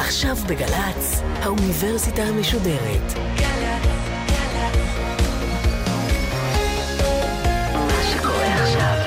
עכשיו בגלץ, האוניברסיטה המשודרת. מה שקורה עכשיו.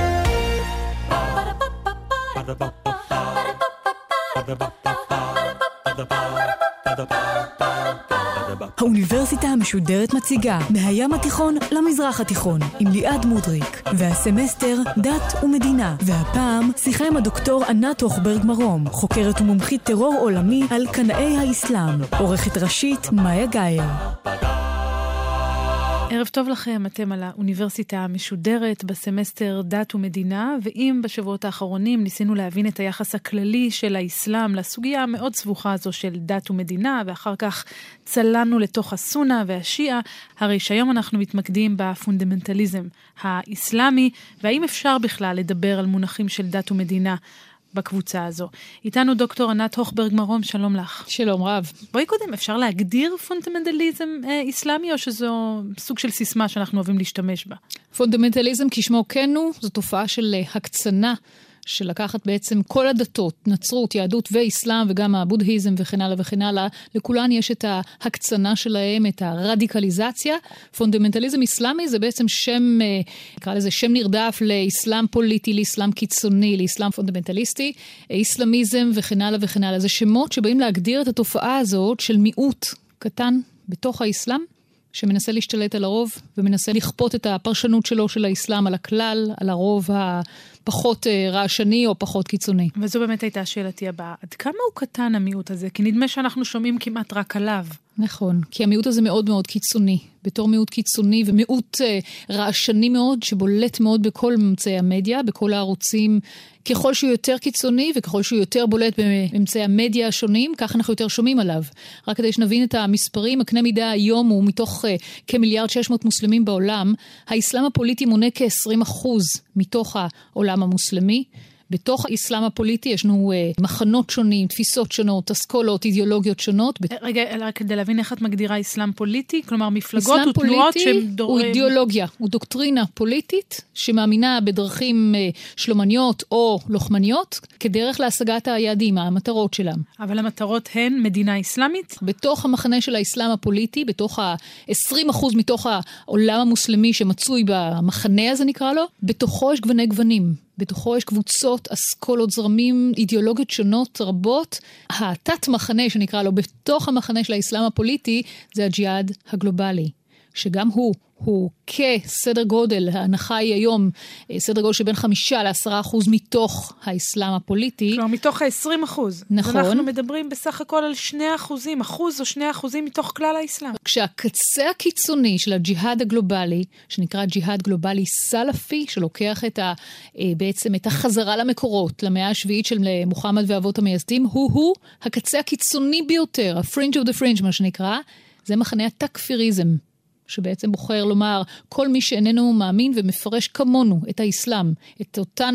האוניברסיטה המשודרת מציגה מהים התיכון למזרח התיכון עם ליעד מודריק, והסמסטר דת ומדינה, והפעם שיחה עם הדוקטור ענת הוכברג מרום, חוקרת ומומחית טרור עולמי על קנאי האסלאם, עורכת ראשית מאיה גייר. ערב טוב לכם, אתם על האוניברסיטה המשודרת בסמסטר דת ומדינה, ואם בשבועות האחרונים ניסינו להבין את היחס הכללי של האסלאם לסוגיה המאוד סבוכה הזו של דת ומדינה, ואחר כך צללנו לתוך הסונה והשיעה, הרי שהיום אנחנו מתמקדים בפונדמנטליזם האסלאמי, והאם אפשר בכלל לדבר על מונחים של דת ומדינה בקבוצה הזו. איתנו דוקטור ענת הוכברג מרום, שלום לך. שלום רב. בואי קודם, אפשר להגדיר פונדמנטליזם אסלאמי, או שזו סוג של סיסמה שאנחנו אוהבים להשתמש בה? פונדמנטליזם כשמו כן הוא, זו תופעה של הקצנה, של לקחת בעצם כל הדתות, נצרות, יהדות ואסלאם, וגם הבודהיזם וכן הלאה וכן הלאה, לכולן יש את ההקצנה שלהם, את הרדיקליזציה. פונדמנטליזם אסלאמי זה בעצם שם, נקרא לזה שם נרדף לאסלאם פוליטי, לאסלאם קיצוני, לאסלאם פונדמנטליסטי, אסלאמיזם וכן הלאה וכן הלאה. זה שמות שבאים להגדיר את התופעה הזאת של מיעוט קטן בתוך האסלאם, שמנסה להשתלט על הרוב, ומנסה לכפות את הפרשנות שלו של האסלאם על הכלל, על הרוב הפחות רעשני או פחות קיצוני. וזו באמת הייתה שאלתי הבאה. עד כמה הוא קטן המיעוט הזה? כי נדמה שאנחנו שומעים כמעט רק עליו. נכון, כי המיעוט הזה מאוד מאוד קיצוני. בתור מיעוט קיצוני ומיעוט רעשני מאוד, שבולט מאוד בכל ממצאי המדיה, בכל הערוצים. ככל שהוא יותר קיצוני וככל שהוא יותר בולט בממצאי המדיה השונים, כך אנחנו יותר שומעים עליו. רק כדי שנבין את המספרים, הקנה מידה היום הוא מתוך כמיליארד 600 מוסלמים בעולם. האסלאם הפוליטי מונה כ-20% מתוך העולם המוסלמי. בתוך האסלאם הפוליטי ישנו מחנות שונים, תפיסות שונות, אסכולות, אידיאולוגיות שונות. רגע, רק כדי להבין איך את מגדירה אסלאם פוליטי, כלומר מפלגות ותנועות שהם הוא אידיאולוגיה, הוא דוקטרינה פוליטית שמאמינה בדרכים שלומניות או לוחמניות, כדרך להשגת היעדים, המטרות שלהם. אבל המטרות הן מדינה אסלאמית? בתוך המחנה של האסלאם הפוליטי, בתוך ה-20% מתוך העולם המוסלמי שמצוי במחנה הזה נקרא לו, בתוכו יש גווני גוונים. בתוכו יש קבוצות, אסכולות, זרמים, אידיאולוגיות שונות, רבות. התת מחנה שנקרא לו בתוך המחנה של האסלאם הפוליטי, זה הג'יהאד הגלובלי. שגם הוא כסדר גודל, ההנחה היא היום, סדר גודל שבין 5-10% מתוך האסלאם הפוליטי. כלומר, מתוך ה-20%. נכון. אנחנו מדברים בסך הכל על 2%, 1% או 2% מתוך כלל האסלאם. כשהקצה הקיצוני של הג'יהאד הגלובלי, שנקרא ג'יהאד גלובלי סלאפי, שלוקח בעצם את החזרה למקורות, למאה השביעית של מוחמד ואבות המייסדים, הוא הקצה הקיצוני ביותר, הפרינג' אוף דה פרינג' מה שנקרא, זה מחנה התקפיריזם. שבעצם בוחר לומר, כל מי שאיננו מאמין ומפרש כמונו את האסלאם, את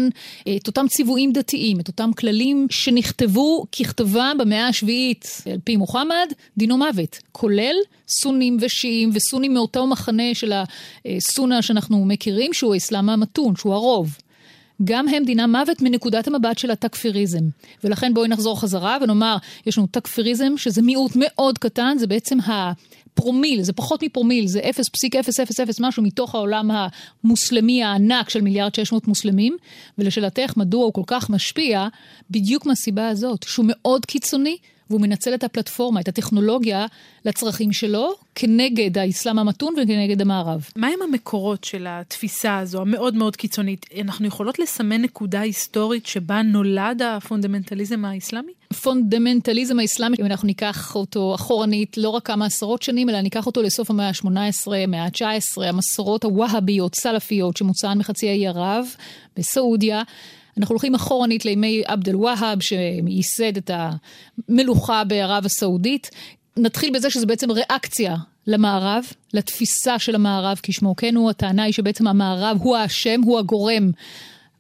אותם ציוויים דתיים, את אותם כללים שנכתבו ככתבם במאה השביעית על פי מוחמד, דינו מוות, כולל סונים ושיעים וסונים מאותו מחנה של הסונה שאנחנו מכירים, שהוא האסלאם המתון, שהוא הרוב. גם הם דינם מוות מנקודת המבט של התקפיריזם. ולכן בואי נחזור חזרה ונאמר, יש לנו תקפיריזם שזה מיעוט מאוד קטן, זה בעצם פרומיל, זה פחות מפרומיל, זה 0.000 משהו מתוך העולם המוסלמי הענק של 1.6 מיליארד מוסלמים, ולשאלתך מדוע הוא כל כך משפיע, בדיוק מהסיבה הזאת, שהוא מאוד קיצוני, והוא מנצל את הפלטפורמה, את הטכנולוגיה, לצרכים שלו, כנגד האסלאם המתון וכנגד המערב. מה הם המקורות של התפיסה הזו, המאוד מאוד קיצונית? אנחנו יכולות לסמן נקודה היסטורית שבה נולד הפונדמנטליזם האסלאמי? פונדמנטליזם האסלאמי, אם אנחנו ניקח אותו אחורנית, לא רק כמה עשרות שנים, אלא ניקח אותו לסוף המאה ה-18, המאה ה-19, המסורות הווהביות, סלפיות, שמוצאן מחצי האי ערב, בסעודיה, אנחנו הולכים אחורנית לימי עבד אל-והאב, שייסד את המלוכה בערב הסעודית. נתחיל בזה שזה בעצם ריאקציה למערב, לתפיסה של המערב כשמו כן הוא. הטענה היא שבעצם המערב הוא האשם, הוא הגורם.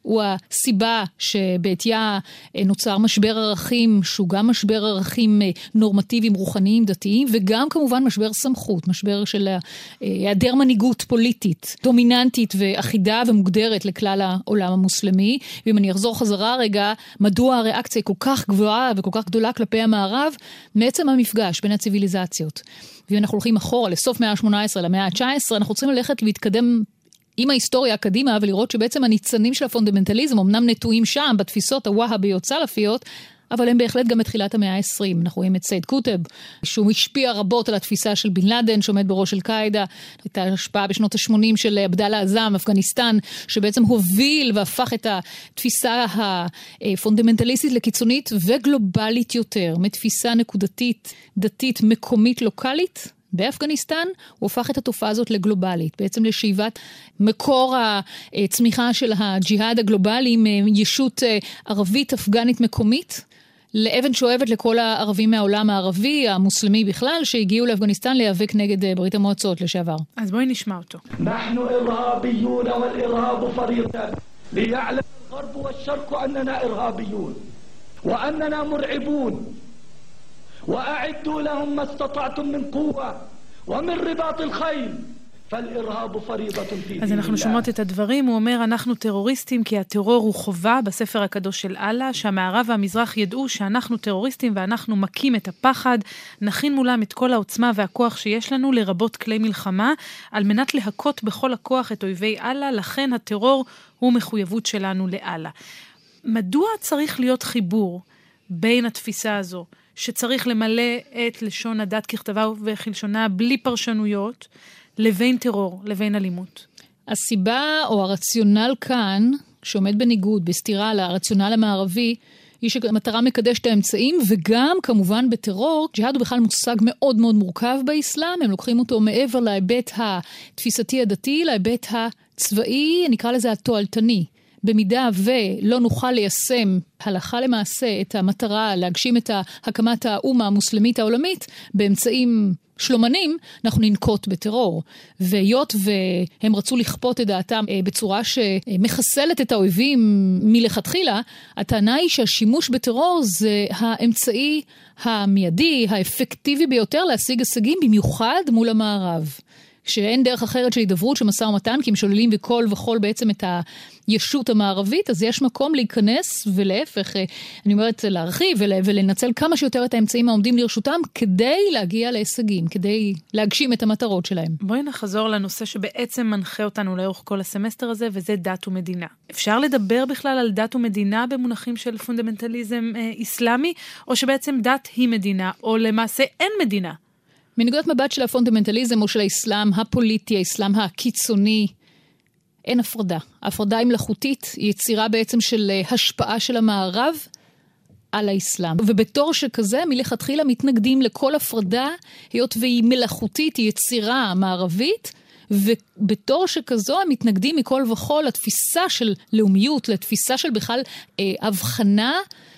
הוא הסיבה שבעתיה נוצר משבר ערכים, שהוא גם משבר ערכים נורמטיביים, רוחניים, דתיים, וגם כמובן משבר סמכות, משבר של היעדר מנהיגות פוליטית, דומיננטית ואחידה ומוגדרת לכלל העולם המוסלמי. ואם אני אחזור חזרה רגע, מדוע הריאקציה היא כל כך גבוהה וכל כך גדולה כלפי המערב, מעצם המפגש בין הציביליזציות. ואם אנחנו הולכים אחורה לסוף מאה ה-18 למאה ה-19, אנחנו צריכים ללכת להתקדם עם ההיסטוריה הקדימה, ולראות שבעצם הניצנים של הפונדמנטליזם אמנם נטועים שם, בתפיסות הווהביות סלפיות, אבל הם בהחלט גם בתחילת המאה ה-20. אנחנו רואים את סייד קוטב, שהוא השפיע רבות על התפיסה של בן לאדן, שעומד בראש אל-קאעידה, את ההשפעה בשנות ה-80 של עבדאללה עזאם, אפגניסטן, שבעצם הוביל והפך את התפיסה הפונדמנטליסטית לקיצונית וגלובלית יותר, מתפיסה נקודתית, דתית, מקומית, לוקלית, באפגניסטן, הוא הופך את התופעה הזאת לגלובלית, בעצם לשאיבת מקור הצמיחה של הג'יהאד הגלובלי מישות ערבית אפגנית מקומית, לאבן שואבת לכל הערבים מהעולם הערבי, המוסלמי בכלל, שהגיעו לאפגניסטן להיאבק נגד ברית המועצות לשעבר. אז בואי נשמע אותו. אנחנו אירהביון והאירהב פרידה, ליעלם الغرب والشرق أننا إرهابيون وأننا مرعبون وأعدوا لهم ما استطعتم من قوة ومن رباط الخيل فالإرهاب فريضة في دين الله. אז אנחנו שומעות את הדברים, הוא אומר, אנחנו טרוריסטים כי הטרור הוא חובה בספר הקדוש של אללה, שהמערב והמזרח ידעו שאנחנו טרוריסטים ואנחנו מכים את הפחד, נכין מולם את כל העוצמה והכוח שיש לנו לרבות כלי מלחמה, על מנת להכות בכל הכוח את אויבי אללה, לכן הטרור הוא מחויבות שלנו לאללה. מדוע צריך להיות חיבור בין התפיסה הזו, שצריך למלא את לשון הדת ככתבה וכלשונה בלי פרשנויות, לבין טרור, לבין אלימות? הסיבה או הרציונל כאן, שעומד בניגוד, בסתירה לרציונל המערבי, היא שהמטרה מקדשת את האמצעים, וגם כמובן בטרור, ג'יהאד הוא בכלל מושג מאוד מאוד מורכב באסלאם, הם לוקחים אותו מעבר להיבט התפיסתי הדתי, להיבט הצבאי, נקרא לזה התועלתני. במידה ולא נוכל ליישם הלכה למעשה את המטרה להגשים את הקמת האומה המוסלמית העולמית באמצעים שלומנים, אנחנו ננקוט בטרור. והיות והם רצו לכפות את דעתם בצורה שמחסלת את האויבים מלכתחילה, הטענה היא שהשימוש בטרור זה האמצעי המיידי, האפקטיבי ביותר להשיג הישגים, במיוחד מול המערב. כשאין דרך אחרת של הידברות, של משא ומתן, כי הם שוללים בכל וכל בעצם את הישות המערבית, אז יש מקום להיכנס ולהפך, אני אומרת להרחיב ולנצל כמה שיותר את האמצעים העומדים לרשותם, כדי להגיע להישגים, כדי להגשים את המטרות שלהם. בואי נחזור לנושא שבעצם מנחה אותנו לאורך כל הסמסטר הזה, וזה דת ומדינה. אפשר לדבר בכלל על דת ומדינה במונחים של פונדמנטליזם איסלאמי, או שבעצם דת היא מדינה, או למעשה אין מדינה? מנקודת מבט של הפונדמנטליזם או של האסלאם הפוליטי, האסלאם הקיצוני, אין הפרדה. ההפרדה היא מלאכותית, היא יצירה בעצם של השפעה של המערב על האסלאם. ובתור שכזה, מלכתחילה מתנגדים לכל הפרדה, היות והיא מלאכותית, היא יצירה מערבית, ובתור שכזו הם מתנגדים מכל וכל לתפיסה של לאומיות, לתפיסה של בכלל הבחנה,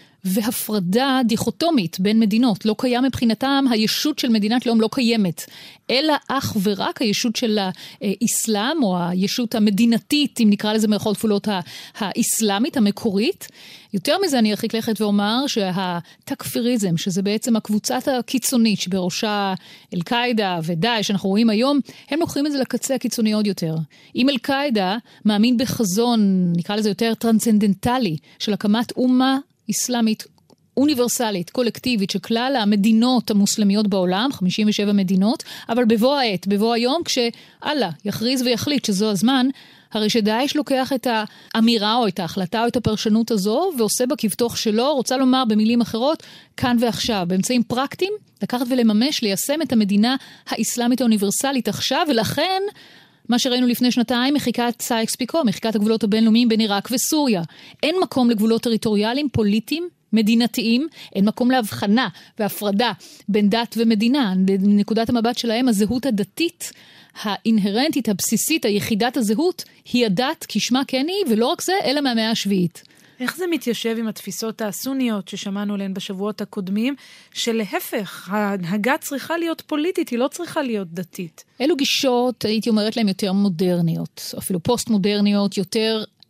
והפרדה דיכוטומית בין מדינות. לא קיים מבחינתם, הישות של מדינת לאום לא קיימת, אלא אך ורק הישות של האסלאם, או הישות המדינתית, אם נקרא לזה מרכאות כפולות, האסלאמית, המקורית. יותר מזה אני ארחיק לכת ואומר שהתקפיריזם, שזה בעצם הקבוצת הקיצונית, שבראשה אל-קאעידה ודאעש, שאנחנו רואים היום, הם לוקחים את זה לקצה הקיצוני עוד יותר. אם אל-קאעידה מאמין בחזון, נקרא לזה יותר טרנסצנדנטלי, של הקמת אומה אסלאמית אוניברסלית, קולקטיבית, שכלל המדינות המוסלמיות בעולם, 57 מדינות, אבל בבוא העת, בבוא היום, כשאללה יכריז ויחליט שזו הזמן, הרי שדאעש לוקח את האמירה או את ההחלטה או את הפרשנות הזו, ועושה בה כבתוך שלו, רוצה לומר במילים אחרות, כאן ועכשיו, באמצעים פרקטיים, לקחת ולממש, ליישם את המדינה האסלאמית האוניברסלית עכשיו, ולכן מה שראינו לפני שנתיים, מחיקת סייקס-פיקו, מחיקת הגבולות הבינלאומיים בין עיראק וסוריה. אין מקום לגבולות טריטוריאליים, פוליטיים, מדינתיים, אין מקום להבחנה והפרדה בין דת ומדינה. נקודת המבט שלהם, הזהות הדתית, האינהרנטית, הבסיסית, היחידת הזהות, היא הדת, כשמה כן היא, ולא רק זה, אלא מהמאה השביעית. איך זה מתיישב עם התפיסות הסוניות ששמענו עליהן בשבועות הקודמים, שלהפך, ההנהגה צריכה להיות פוליטית, היא לא צריכה להיות דתית? אלו גישות, הייתי אומרת להם, יותר מודרניות, אפילו פוסט-מודרניות, יותר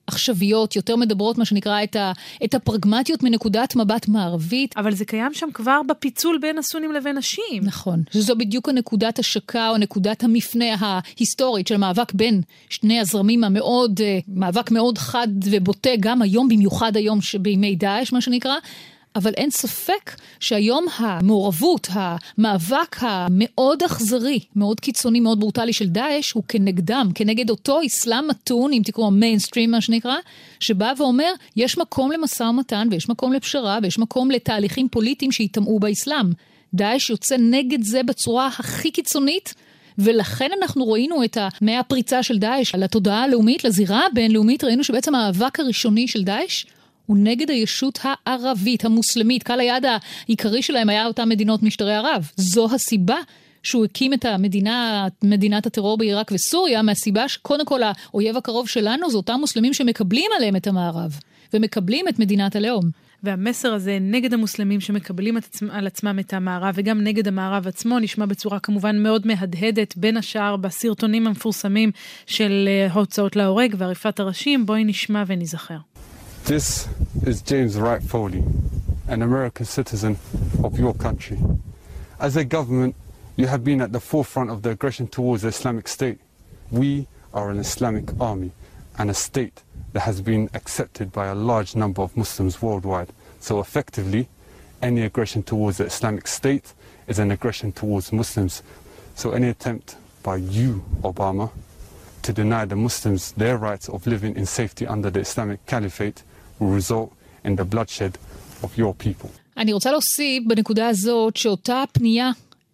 עכשוויות, יותר מדברות מה שנקרא את הפרגמטיות מנקודת מבט מערבית. אבל זה קיים שם כבר בפיצול בין הסונים לבין השיעים. נכון, שזו בדיוק הנקודת השקה או נקודת המפנה ההיסטורית של המאבק בין שני הזרמים המאוד, מאבק מאוד חד ובוטה גם היום, במיוחד היום בימי דאעש מה שנקרא, אבל אין ספק שהיום המעורבות, המאבק המאוד אכזרי, מאוד קיצוני, מאוד ברוטלי של דאעש, הוא כנגדם, כנגד אותו אסלאם מתון, אם תקראו המיינסטרים מה שנקרא, שבא ואומר, יש מקום למשא ומתן, ויש מקום לפשרה, ויש מקום לתהליכים פוליטיים שיתאמו באסלאם. דאעש יוצא נגד זה בצורה הכי קיצונית, ולכן אנחנו ראינו את מהפריצה של דאעש לתודעה הלאומית, לזירה הבינלאומית, ראינו שבעצם המאבק הראשוני של דאעש, הוא נגד הישות הערבית, המוסלמית. קהל היעד העיקרי שלהם היה אותם מדינות משטרי ערב. זו הסיבה שהוא הקים את מדינת הטרור בעיראק וסוריה, מהסיבה שקודם כל האויב הקרוב שלנו, זה אותם מוסלמים שמקבלים עליהם את המערב, ומקבלים את מדינת הלאום. והמסר הזה נגד המוסלמים שמקבלים על עצמם את המערב, וגם נגד המערב עצמו, נשמע בצורה כמובן מאוד מהדהדת, בין השאר בסרטונים המפורסמים של הוצאות להורג ועריפת הראשים. בואי נשמע ונזכר. This is James Wright Foley, an American citizen of your country. As a government, you have been at the forefront of the aggression towards the Islamic State. We are an Islamic army and a state that has been accepted by a large number of Muslims worldwide. So effectively, any aggression towards the Islamic State is an aggression towards Muslims. So any attempt by you, Obama, to deny the Muslims their rights of living in safety under the Islamic Caliphate will result in the bloodshed of your people. אני רוצה להוסיף בנקודה הזאת שאותה פנייה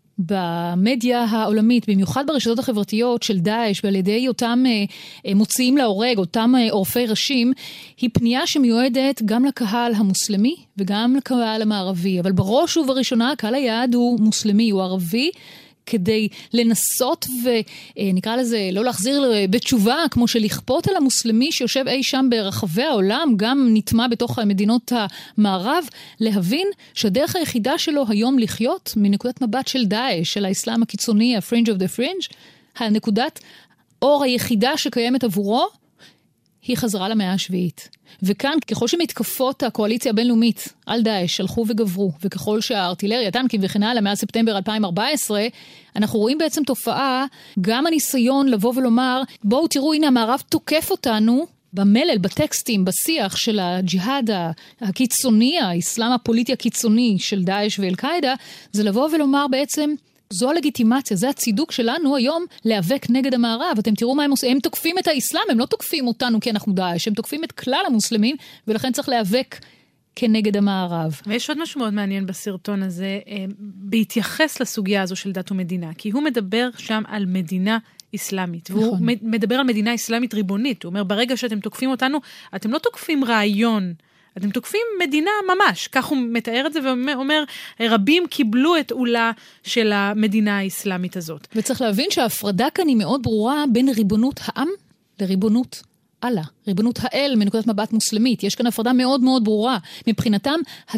במדיה העולמית, במיוחד ברשתות החברתיות של דאעש, ועל ידי אותם מוציאים להורג, אותם עורפי ראשים, היא פנייה שמיועדת גם לקהל המוסלמי וגם לקהל המערבי. אבל בראש ובראשונה, קהל היעד הוא מוסלמי, הוא ערבי, כדי לנסות ונקרא לזה לא להחזיר בתשובה, כמו שלכפות על המוסלמי שיושב אי שם ברחבי העולם, גם נטמע בתוך מדינות המערב, להבין שהדרך היחידה שלו היום לחיות מנקודת מבט של דאעש, של האסלאם הקיצוני, הפרינג' of the fringe, הנקודת אור היחידה שקיימת עבורו, היא חזרה למאה השביעית. וכאן, ככל שמתקפות הקואליציה הבינלאומית על דאעש הלכו וגברו, וככל שהארטילריה, טנקים וכן הלאה, מאז ספטמבר 2014, אנחנו רואים בעצם תופעה, גם הניסיון לבוא ולומר, בואו תראו, הנה המערב תוקף אותנו, במלל, בטקסטים, בשיח של הג'יהאד הקיצוני, האסלאם הפוליטי הקיצוני של דאעש ואל-קאעידה, זה לבוא ולומר בעצם, זו הלגיטימציה, זה הצידוק שלנו היום להיאבק נגד המערב. אתם תראו מה הם עושים, הם תוקפים את האסלאם, הם לא תוקפים אותנו כי אנחנו דאעש, הם תוקפים את כלל המוסלמים, ולכן צריך להיאבק כנגד המערב. ויש עוד משהו מאוד מעניין בסרטון הזה, בהתייחס לסוגיה הזו של דת ומדינה, כי הוא מדבר שם על מדינה אסלאמית, והוא מדבר על מדינה אסלאמית ריבונית, הוא אומר, ברגע שאתם תוקפים אותנו, אתם לא תוקפים רעיון, אתם תוקפים מדינה ממש, כך הוא מתאר את זה ואומר, רבים קיבלו את עולה של המדינה האסלאמית הזאת. וצריך להבין שההפרדה כאן היא מאוד ברורה בין ריבונות העם לריבונות אללה, ריבונות האל מנקודת מבט מוסלמית. יש כאן הפרדה מאוד מאוד ברורה. מבחינתם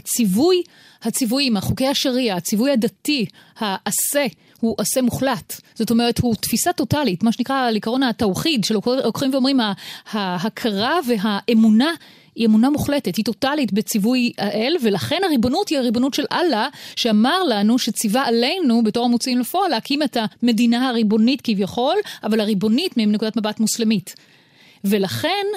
הציוויים, החוקי השריעה, הציווי הדתי, העשה, הוא עשה מוחלט. זאת אומרת, הוא תפיסה טוטלית, מה שנקרא לעיקרון התאוחיד, שלוקחים ואומרים, ההכרה והאמונה היא אמונה מוחלטת, היא טוטלית בציווי האל, ולכן הריבונות היא הריבונות של אללה, שאמר לנו שציווה עלינו, בתור המוציאים לפועל, להקים את המדינה הריבונית כביכול, אבל הריבונית מנקודת מבט מוסלמית. ולכן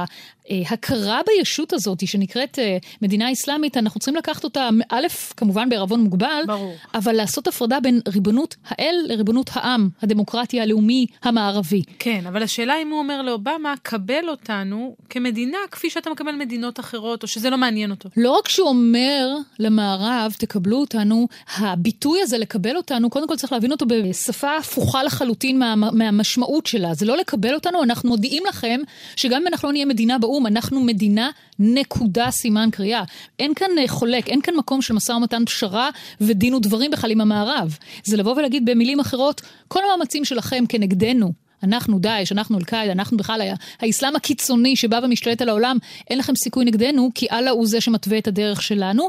ההכרה בישות הזאת, שנקראת מדינה אסלאמית, אנחנו צריכים לקחת אותה, א', כמובן בערבון מוגבל, ברור. אבל לעשות הפרדה בין ריבונות האל לריבונות העם, הדמוקרטיה הלאומי המערבי. כן, אבל השאלה אם הוא אומר לאובמה, קבל אותנו כמדינה, כפי שאתה מקבל מדינות אחרות, או שזה לא מעניין אותו. לא רק שהוא אומר למערב, תקבלו אותנו, הביטוי הזה לקבל אותנו, קודם כל צריך להבין אותו בשפה הפוכה לחלוטין מהמשמעות שלה. זה לא לקבל אותנו, אנחנו מודיעים לכם, שגם אם אנחנו לא נהיה מדינה באום, אנחנו מדינה נקודה סימן קריאה. אין כאן חולק, אין כאן מקום של משא ומתן פשרה ודין ודברים בכלל עם המערב. זה לבוא ולהגיד במילים אחרות, כל המאמצים שלכם כנגדנו, אנחנו דאעש, אנחנו אל-קאעידה, אנחנו בכלל האסלאם הקיצוני שבא ומשתלט על העולם, אין לכם סיכוי נגדנו, כי אללה הוא זה שמתווה את הדרך שלנו.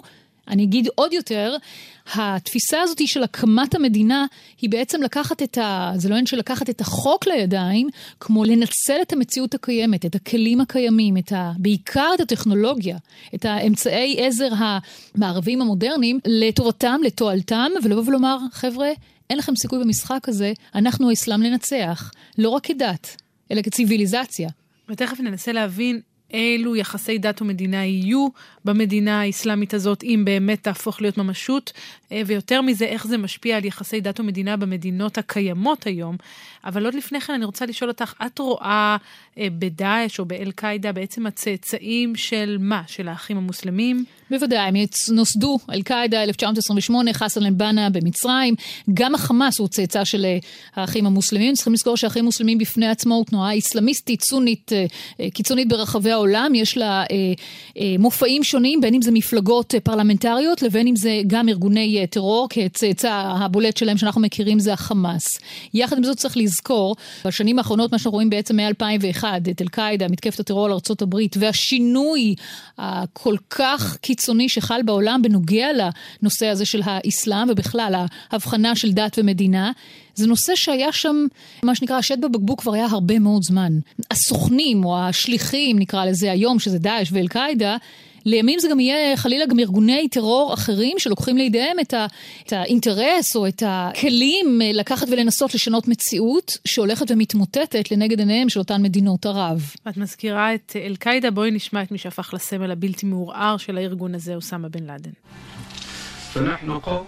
אני אגיד עוד יותר, התפיסה הזאת של הקמת המדינה, היא בעצם לקחת זה לא אין של לקחת את החוק לידיים, כמו לנצל את המציאות הקיימת, את הכלים הקיימים, בעיקר את הטכנולוגיה, את האמצעי עזר המערבים המודרניים, לטובתם, לתועלתם, ולבוא ולומר, חבר'ה, אין לכם סיכוי במשחק הזה, אנחנו האסלאם לנצח, לא רק כדת, אלא כציביליזציה. ותכף ננסה להבין אילו יחסי דת ומדינה יהיו במדינה האסלאמית הזאת, אם באמת תהפוך להיות ממשות, ויותר מזה, איך זה משפיע על יחסי דת ומדינה במדינות הקיימות היום. אבל עוד לפני כן אני רוצה לשאול אותך, את רואה בדאעש או באל-קאעידה בעצם הצאצאים של מה? של האחים המוסלמים? בוודאי, הם נוסדו, אל-קאעידה 1928, חסן אל-בנה במצרים, גם החמאס הוא צאצא של האחים המוסלמים. צריכים לזכור שהאחים המוסלמים בפני עצמו הוא תנועה איסלאמיסטית, סונית, קיצונית ברחבי העולם, יש לה מופעים שונים, בין אם זה מפלגות פרלמנטריות, לבין אם זה גם ארגוני טרור, כצאצא הבולט שלהם שאנחנו מכירים זה החמאס. יחד עם זאת צריך לזכור, בשנים האחרונות מה שאנחנו רואים בעצם מ-2001, את אל-קאעידה, מתקפת הטרור על ארצות הברית, והשינוי הכל כך קיצוני שחל בעולם בנוגע לנושא הזה של האסלאם, ובכלל ההבחנה של דת ומדינה, זה נושא שהיה שם, מה שנקרא, השד בבקבוק כבר היה הרבה מאוד זמן. הסוכנים או השליחים, נקרא לזה היום, שזה דאעש ואל-קאעידה, לימים זה גם יהיה חלילה גם ארגוני טרור אחרים שלוקחים לידיהם את האינטרס או את הכלים לקחת ולנסות לשנות מציאות שהולכת ומתמוטטת לנגד עיניהם של אותן מדינות ערב. את מזכירה את אל-קאעידה, בואי נשמע את מי שהפך לסמל הבלתי מעורער של הארגון הזה, אוסמה בן לאדן. فنحن قوم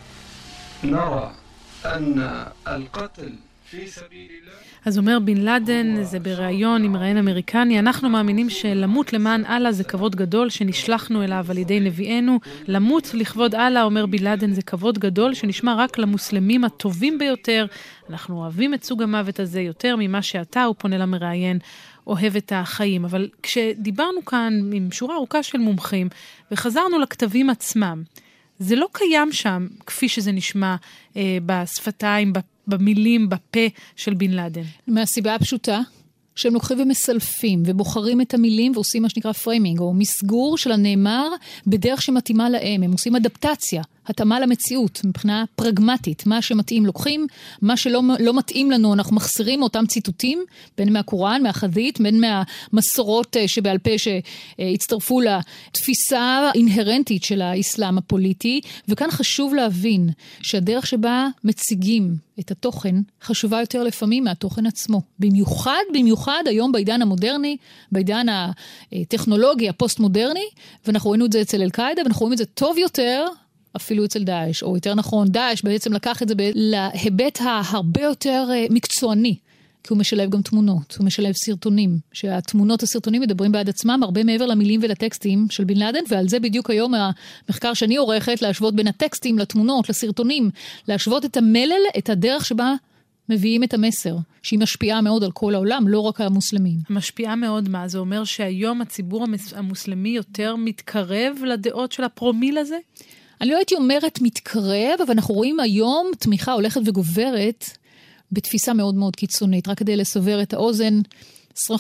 نرى أن القتل في سبيل الله. אז אומר בן לאדן, זה בריאיון עם מראיין אמריקני, אנחנו מאמינים שלמות למען אללה זה כבוד גדול שנשלחנו אליו על ידי נביאנו. למות לכבוד אללה, אומר בן לאדן, זה כבוד גדול שנשמע רק למוסלמים הטובים ביותר. אנחנו אוהבים את סוג המוות הזה יותר ממה שאתה, הוא פונה למראיין, אוהב את החיים. אבל כשדיברנו כאן עם שורה ארוכה של מומחים וחזרנו לכתבים עצמם, זה לא קיים שם כפי שזה נשמע בשפתיים, במילים, בפה של בן לאדן. מהסיבה הפשוטה, שהם לוקחים ומסלפים ובוחרים את המילים ועושים מה שנקרא פריימינג, או מסגור של הנאמר בדרך שמתאימה להם. הם עושים אדפטציה, התאמה למציאות, מבחינה פרגמטית. מה שמתאים לוקחים, מה שלא מתאים לנו, אנחנו מחסירים אותם ציטוטים, בין מהקוראן, מהחדית, בין מהמסורות שבעל פה שהצטרפו לתפיסה אינהרנטית של האסלאם הפוליטי, וכאן חשוב להבין שהדרך שבה מציגים את התוכן חשובה יותר לפעמים מהתוכן עצמו. במיוחד היום בעידן המודרני, בעידן הטכנולוגי, הפוסט-מודרני, ואנחנו רואים את זה אצל אל-קאעידה, ואנחנו רואים את זה טוב יותר אפילו אצל דאעש, או יותר נכון, דאעש בעצם לקח את זה להיבט הרבה יותר מקצועני, כי הוא משלב גם תמונות, הוא משלב סרטונים, שהתמונות הסרטונים מדברים בעד עצמם הרבה מעבר למילים ולטקסטים של בן לאדן, ועל זה בדיוק היום המחקר שאני עורכת, להשוות בין הטקסטים לתמונות, לסרטונים, להשוות את המלל, את הדרך שבה מביאים את המסר, שהיא משפיעה מאוד על כל העולם, לא רק המוסלמים. משפיעה מאוד מה? זה אומר שהיום הציבור המוסלמי יותר מתקרב לדעות של הפרומיל הזה? אני לא הייתי אומרת מתקרב, אבל אנחנו רואים היום תמיכה הולכת וגוברת בתפיסה מאוד מאוד קיצונית. רק כדי לסבר את האוזן, 25%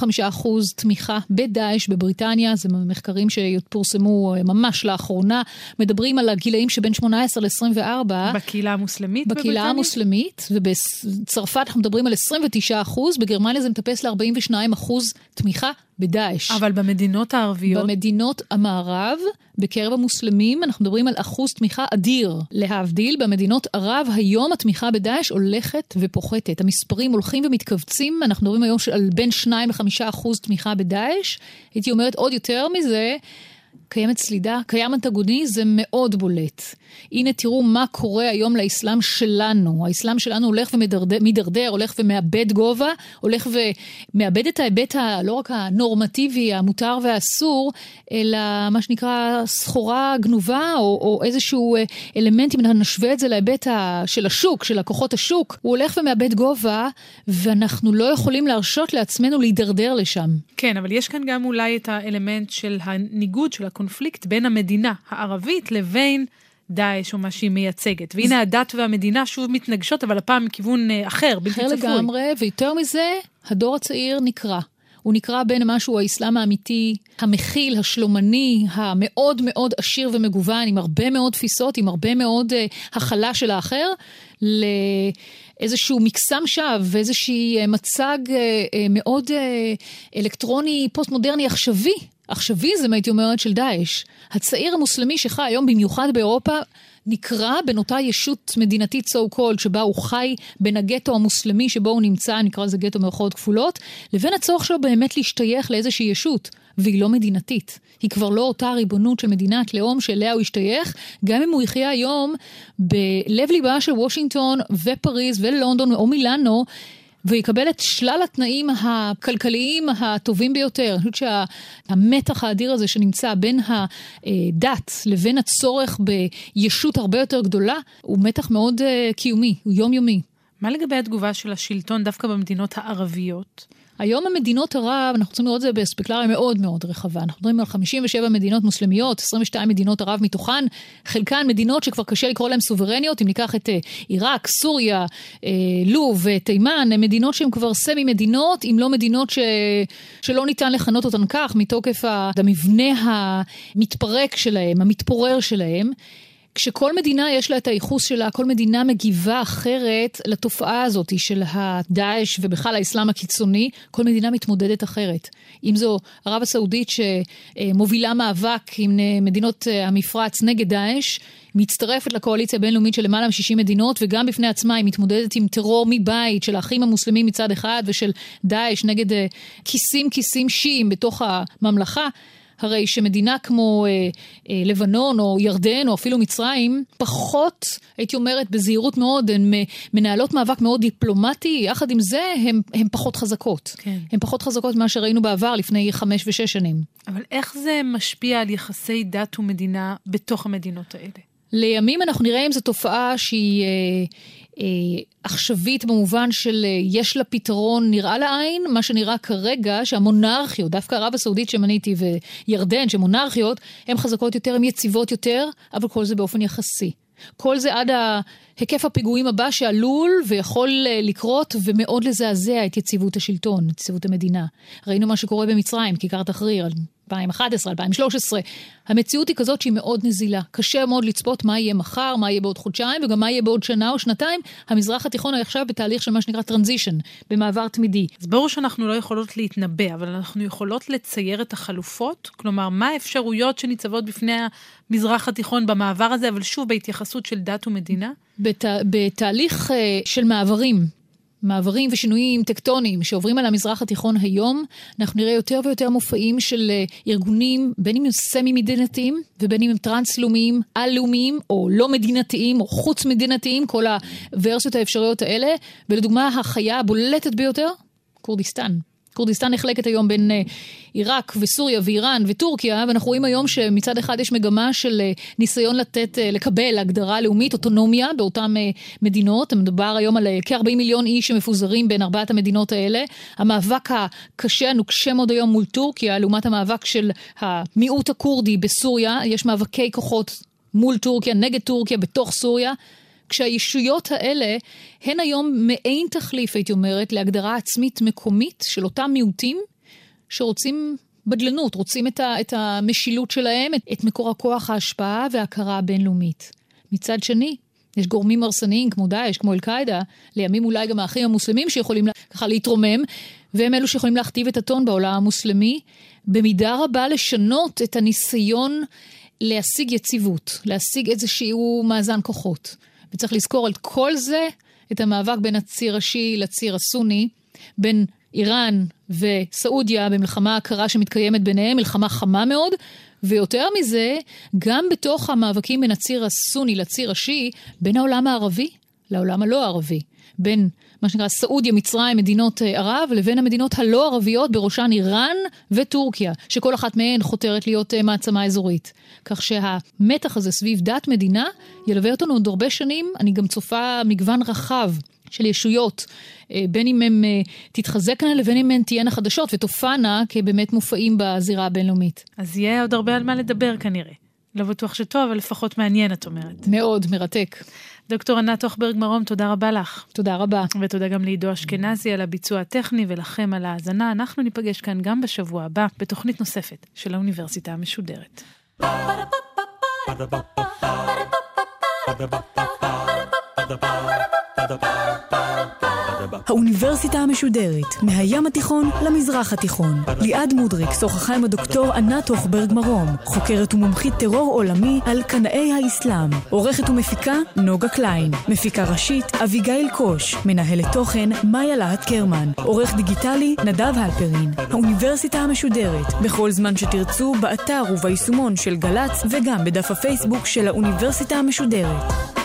תמיכה בדאעש בבריטניה, זה מחקרים שפורסמו ממש לאחרונה, מדברים על הגילאים שבין 18 ל-24. בקהילה המוסלמית בבריטניה? בקהילה המוסלמית, ובצרפת אנחנו מדברים על 29%, בגרמניה זה מטפס ל-42% תמיכה בדאעש. אבל במדינות הערביות? במדינות המערב, בקרב המוסלמים, אנחנו מדברים על אחוז תמיכה אדיר. להבדיל, במדינות ערב, היום התמיכה בדאעש הולכת ופוחתת. המספרים הולכים ומתכווצים, אנחנו מדברים היום על בין 2 ל-5% תמיכה בדאעש. הייתי אומרת עוד יותר מזה, קיימת סלידה, קיים אנטגוניזם מאוד בולט. הנה תראו מה קורה היום לאסלאם שלנו. האסלאם שלנו הולך ומדרדר, הולך ומאבד גובה, הולך ומאבד את ההיבט לא רק הנורמטיבי, המותר והאסור, אלא מה שנקרא סחורה גנובה, או איזשהו אלמנט, אם נשווה את זה להיבט של השוק, של לקוחות השוק, הוא הולך ומאבד גובה, ואנחנו לא יכולים להרשות לעצמנו להידרדר לשם. כן, אבל יש כאן גם אולי את האלמנט של הניגוד של הקונפליקט בין המדינה הערבית לבין דאעש או מה שהיא מייצגת. והנה הדת והמדינה שוב מתנגשות, אבל הפעם מכיוון אחר, בלתי צפוי. אחר לגמרי, ויותר מזה, הדור הצעיר נקרא. הוא נקרע בין משהו האסלאם האמיתי, המכיל, השלומני, המאוד מאוד עשיר ומגוון, עם הרבה מאוד תפיסות, עם הרבה מאוד הכלה של האחר, לאיזשהו מקסם שווא, ואיזשהי מצג מאוד אלקטרוני, פוסט-מודרני, עכשווי זה, הייתי אומרת, של דאעש. הצעיר המוסלמי שחי היום במיוחד באירופה, נקרא בין אותה ישות מדינתית so called, שבה הוא חי בין הגטו המוסלמי שבו הוא נמצא, נקרא לזה גטו מירכאות כפולות, לבין הצורך שלו באמת להשתייך לאיזושהי ישות, והיא לא מדינתית. היא כבר לא אותה ריבונות של מדינת לאום שאליה הוא השתייך, גם אם הוא יחיה היום בלב ליבה של וושינגטון ופריז ולונדון או מילאנו, ויקבל את שלל התנאים הכלכליים הטובים ביותר. אני חושבת שהמתח האדיר הזה שנמצא בין הדת לבין הצורך בישות הרבה יותר גדולה, הוא מתח מאוד קיומי, הוא יומיומי. מה לגבי התגובה של השלטון דווקא במדינות הערביות? היום המדינות ערב, אנחנו רוצים לראות את זה באספקלריה מאוד מאוד רחבה. אנחנו מדברים על 57 מדינות מוסלמיות, 22 מדינות ערב מתוכן, חלקן מדינות שכבר קשה לקרוא להן סוברניות, אם ניקח את עיראק, סוריה, לוב ותימן, הן מדינות שהן כבר סמי מדינות, אם לא מדינות שלא ניתן לכנות אותן כך, מתוקף המבנה המתפרק שלהם, המתפורר שלהם. כשכל מדינה יש לה את הייחוס שלה, כל מדינה מגיבה אחרת לתופעה הזאת של הדאעש ובכלל האסלאם הקיצוני, כל מדינה מתמודדת אחרת. אם זו ערב הסעודית שמובילה מאבק עם מדינות המפרץ נגד דאעש, מצטרפת לקואליציה הבינלאומית של למעלה מ-60 מדינות, וגם בפני עצמה היא מתמודדת עם טרור מבית של האחים המוסלמים מצד אחד, ושל דאעש נגד כיסים שיעים בתוך הממלכה. הרי שמדינה כמו לבנון או ירדן או אפילו מצרים, פחות, הייתי אומרת, בזהירות מאוד, הן מנהלות מאבק מאוד דיפלומטי, יחד עם זה הן פחות חזקות. כן. הן פחות חזקות ממה שראינו בעבר לפני 5 ו6 שנים. אבל איך זה משפיע על יחסי דת ומדינה בתוך המדינות האלה? לימים אנחנו נראה אם זו תופעה שהיא עכשווית במובן של יש לה פתרון נראה לעין, מה שנראה כרגע שהמונרכיות, דווקא ערב הסעודית שמניתי וירדן שמונרכיות, הן חזקות יותר, הן יציבות יותר, אבל כל זה באופן יחסי. כל זה עד היקף הפיגועים הבא שעלול ויכול לקרות ומאוד לזעזע את יציבות השלטון, את יציבות המדינה. ראינו מה שקורה במצרים, כיכר תחריר, 2011, 2013. המציאות היא כזאת שהיא מאוד נזילה. קשה מאוד לצפות מה יהיה מחר, מה יהיה בעוד חודשיים, וגם מה יהיה בעוד שנה או שנתיים. המזרח התיכון עכשיו בתהליך של מה שנקרא טרנזישן, במעבר תמידי. אז ברור שאנחנו לא יכולות להתנבא, אבל אנחנו יכולות לצייר את החלופות, כלומר, מה האפשרויות שניצבות בפני המזרח התיכון במעבר הזה, אבל שוב בהתייחסות של דת ומדינה? בתהליך של מעברים ושינויים טקטוניים שעוברים על המזרח התיכון היום, אנחנו נראה יותר ויותר מופעים של ארגונים, בין אם הם סמי-מדינתיים, ובין אם הם טרנס-לאומיים, על-לאומיים, או לא מדינתיים, או חוץ-מדינתיים, כל הוורסיות האפשריות האלה. ולדוגמה, החיה הבולטת ביותר, קורדיסטן. קורדיסטן נחלקת היום בין עיראק וסוריה ואיראן וטורקיה, ואנחנו רואים היום שמצד אחד יש מגמה של ניסיון לקבל הגדרה לאומית, אוטונומיה באותן מדינות. מדובר היום על כ-40 מיליון איש שמפוזרים בין 4 המדינות האלה. המאבק הקשה, הנוקשה מאוד היום מול טורקיה, לעומת המאבק של המיעוט הקורדי בסוריה. יש מאבקי כוחות מול טורקיה, נגד טורקיה, בתוך סוריה. כשהישויות האלה הן היום מעין תחליף, הייתי אומרת, להגדרה עצמית מקומית של אותם מיעוטים שרוצים בדלנות, רוצים את המשילות שלהם, את מקור הכוח, ההשפעה וההכרה הבינלאומית. מצד שני, יש גורמים הרסניים כמו דאעש, כמו אל-קאידה, לימים אולי גם האחים המוסלמים שיכולים ככה להתרומם, והם אלו שיכולים להכתיב את הטון בעולם המוסלמי, במידה רבה לשנות את הניסיון להשיג יציבות, להשיג איזשהו מאזן כוחות. וצריך לזכור על כל זה את המאבק בין הציר השיעי לציר הסוני, בין איראן וסעודיה במלחמה הקרה שמתקיימת ביניהם, מלחמה חמה מאוד, ויותר מזה, גם בתוך המאבקים בין הציר הסוני לציר השיעי, בין העולם הערבי לעולם הלא ערבי, בין מה שנקרא סעודיה, מצרים, מדינות ערב, לבין המדינות הלא ערביות, בראשן איראן וטורקיה, שכל אחת מהן חותרת להיות מעצמה אזורית. כך שהמתח הזה סביב דת מדינה ילווה אותנו עוד הרבה שנים. אני גם צופה מגוון רחב של ישויות, בין אם הם תתחזקנה לבין אם הן תהיינה חדשות ותופענה כבאמת מופעים בזירה הבינלאומית. אז יהיה עוד הרבה על מה לדבר כנראה. לא בטוח שטוב, אבל לפחות מעניין, את אומרת. מאוד מרתק. דוקטור ענת הוכברג מרום, תודה רבה לך. תודה רבה. ותודה גם לעידו אשכנזי על הביצוע הטכני ולכם על ההאזנה. אנחנו ניפגש כאן גם בשבוע הבא בתוכנית נוספת של האוניברסיטה המשודרת. האוניברסיטה המשודרת, מהים התיכון למזרח התיכון. ליעד מודריק שוחחה עם הדוקטור ענת הוכברג מרום, חוקרת ומומחית טרור עולמי על קנאי האסלאם. עורכת ומפיקה נוגה קליין, מפיקה ראשית אביגיל קוש, מנהלת תוכן מאיה להט קרמן, עורך דיגיטלי נדב הלפרין. האוניברסיטה המשודרת, בכל זמן שתרצו, באתר וביישומון של גלץ וגם בדף הפייסבוק של האוניברסיטה המשודרת.